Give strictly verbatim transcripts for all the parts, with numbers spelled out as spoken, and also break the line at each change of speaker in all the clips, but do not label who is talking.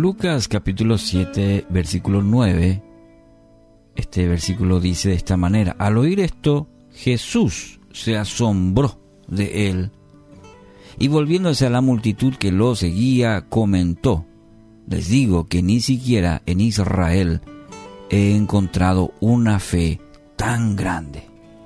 Lucas capítulo siete, versículo nueve, este versículo dice de esta manera: al oír esto, Jesús se asombró de él, y volviéndose a la multitud que lo seguía, comentó: les digo que ni siquiera en Israel he encontrado una fe tan grande.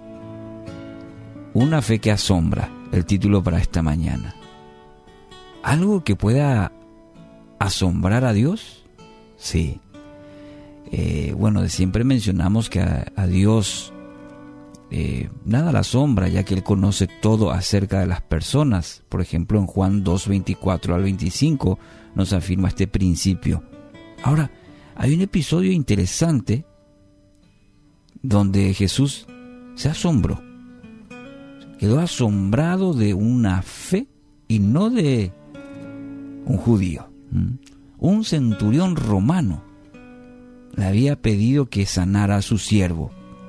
Una fe que asombra, el título para esta mañana. ¿Algo que pueda asombrar a Dios? Sí. Eh, bueno, siempre mencionamos que a, a Dios eh, nada le asombra, ya que Él conoce todo acerca de las personas. Por ejemplo, en Juan dos, veinticuatro al veinticinco nos afirma este principio. Ahora, hay un episodio interesante donde Jesús se asombró. Quedó asombrado de una fe y no de un judío. Un centurión romano le había pedido que sanara a su siervo.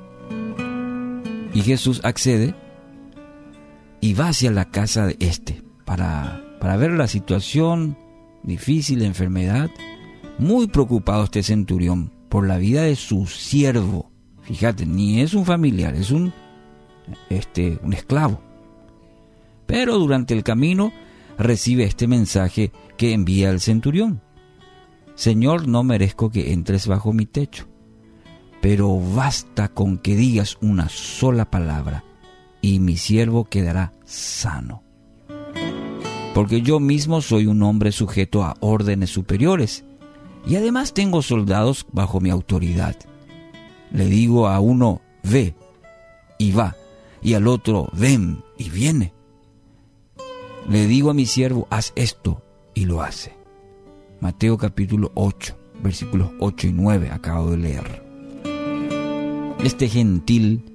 Y Jesús accede y va hacia la casa de este para, para ver la situación difícil de enfermedad. Muy preocupado este centurión por la vida de su siervo. Fíjate, ni es un familiar, es un, este, un esclavo. Pero durante el camino recibe este mensaje que envía el centurión: Señor, no merezco que entres bajo mi techo, pero basta con que digas una sola palabra y mi siervo quedará sano. Porque yo mismo soy un hombre sujeto a órdenes superiores y además tengo soldados bajo mi autoridad. Le digo a uno, ve, y va, y al otro, ven, y viene. Le digo a mi siervo, haz esto, y lo hace. Mateo capítulo ocho, versículos ocho y nueve, acabo de leer. Este gentil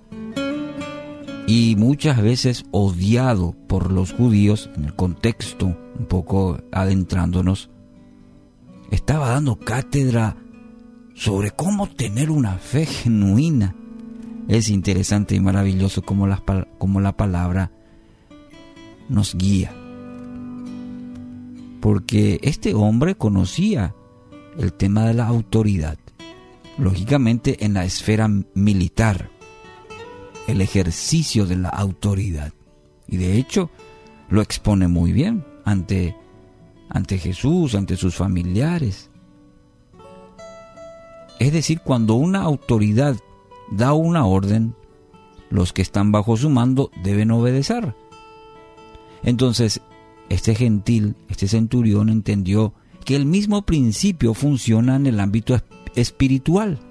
y muchas veces odiado por los judíos, en el contexto, un poco adentrándonos, estaba dando cátedra sobre cómo tener una fe genuina. Es interesante y maravilloso cómo la, cómo la palabra nos guía. Porque este hombre conocía el tema de la autoridad. Lógicamente en la esfera militar, el ejercicio de la autoridad. Y de hecho lo expone muy bien ante, ante Jesús, ante sus familiares. Es decir, cuando una autoridad da una orden, los que están bajo su mando deben obedecer. Entonces, este gentil, este centurión entendió que el mismo principio funciona en el ámbito espiritual.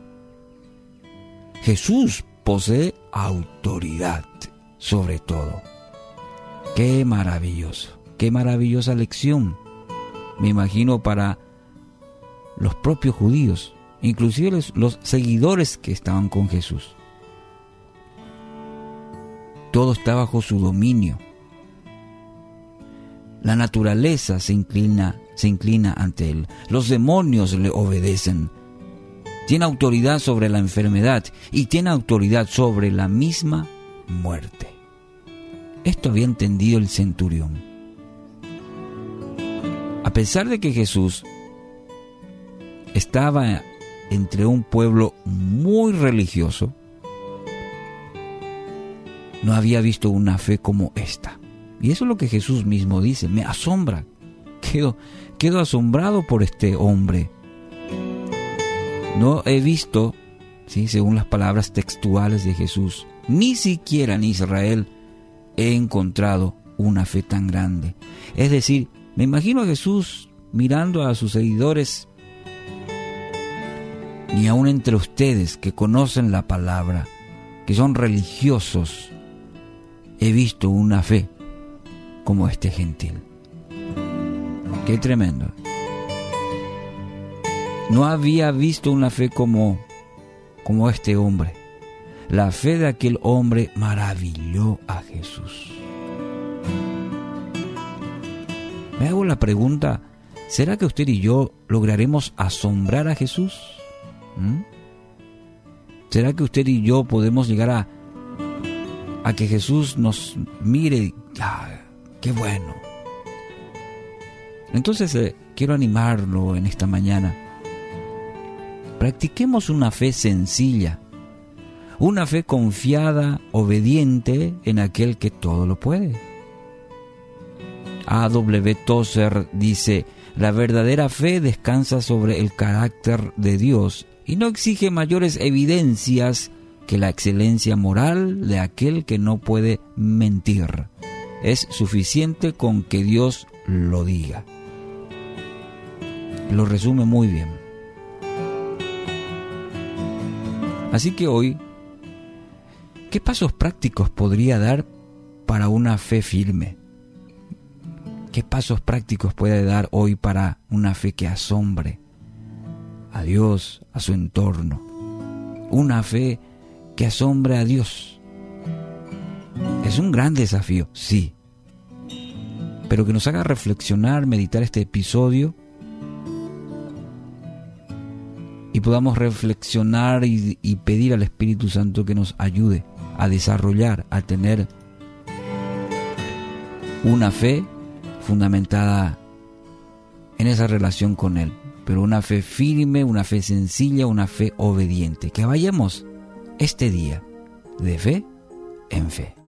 Jesús posee autoridad sobre todo. ¡Qué maravilloso! ¡Qué maravillosa lección! Me imagino para los propios judíos, inclusive los, los seguidores que estaban con Jesús. Todo está bajo su dominio. La naturaleza se inclina, se inclina ante él. Los demonios le obedecen. Tiene autoridad sobre la enfermedad y tiene autoridad sobre la misma muerte. Esto había entendido el centurión. A pesar de que Jesús estaba entre un pueblo muy religioso, no había visto una fe como esta. Y eso es lo que Jesús mismo dice: me asombra, quedo, quedo asombrado por este hombre. No he visto, ¿sí?, según las palabras textuales de Jesús, ni siquiera en Israel he encontrado una fe tan grande. Es decir, me imagino a Jesús mirando a sus seguidores: ni aun entre ustedes que conocen la palabra, que son religiosos, he visto una fe como este gentil. ¡Qué tremendo! No había visto una fe como, como este hombre. La fe de aquel hombre maravilló a Jesús. Me hago la pregunta: ¿será que usted y yo lograremos asombrar a Jesús? ¿Mm? ¿Será que usted y yo podemos llegar a, a que Jesús nos mire y, ah, qué bueno? Entonces, eh, quiero animarlo en esta mañana. Practiquemos una fe sencilla, una fe confiada, obediente en aquel que todo lo puede. A W Tozer dice: la verdadera fe descansa sobre el carácter de Dios y no exige mayores evidencias que la excelencia moral de aquel que no puede mentir. Es suficiente con que Dios lo diga. Lo resume muy bien. Así que hoy, ¿qué pasos prácticos podría dar para una fe firme? ¿Qué pasos prácticos puede dar hoy para una fe que asombre a Dios, a su entorno? Una fe que asombre a Dios. Es un gran desafío, sí, pero que nos haga reflexionar, meditar este episodio y podamos reflexionar y, y pedir al Espíritu Santo que nos ayude a desarrollar, a tener una fe fundamentada en esa relación con Él, pero una fe firme, una fe sencilla, una fe obediente. Que vayamos este día de fe en fe.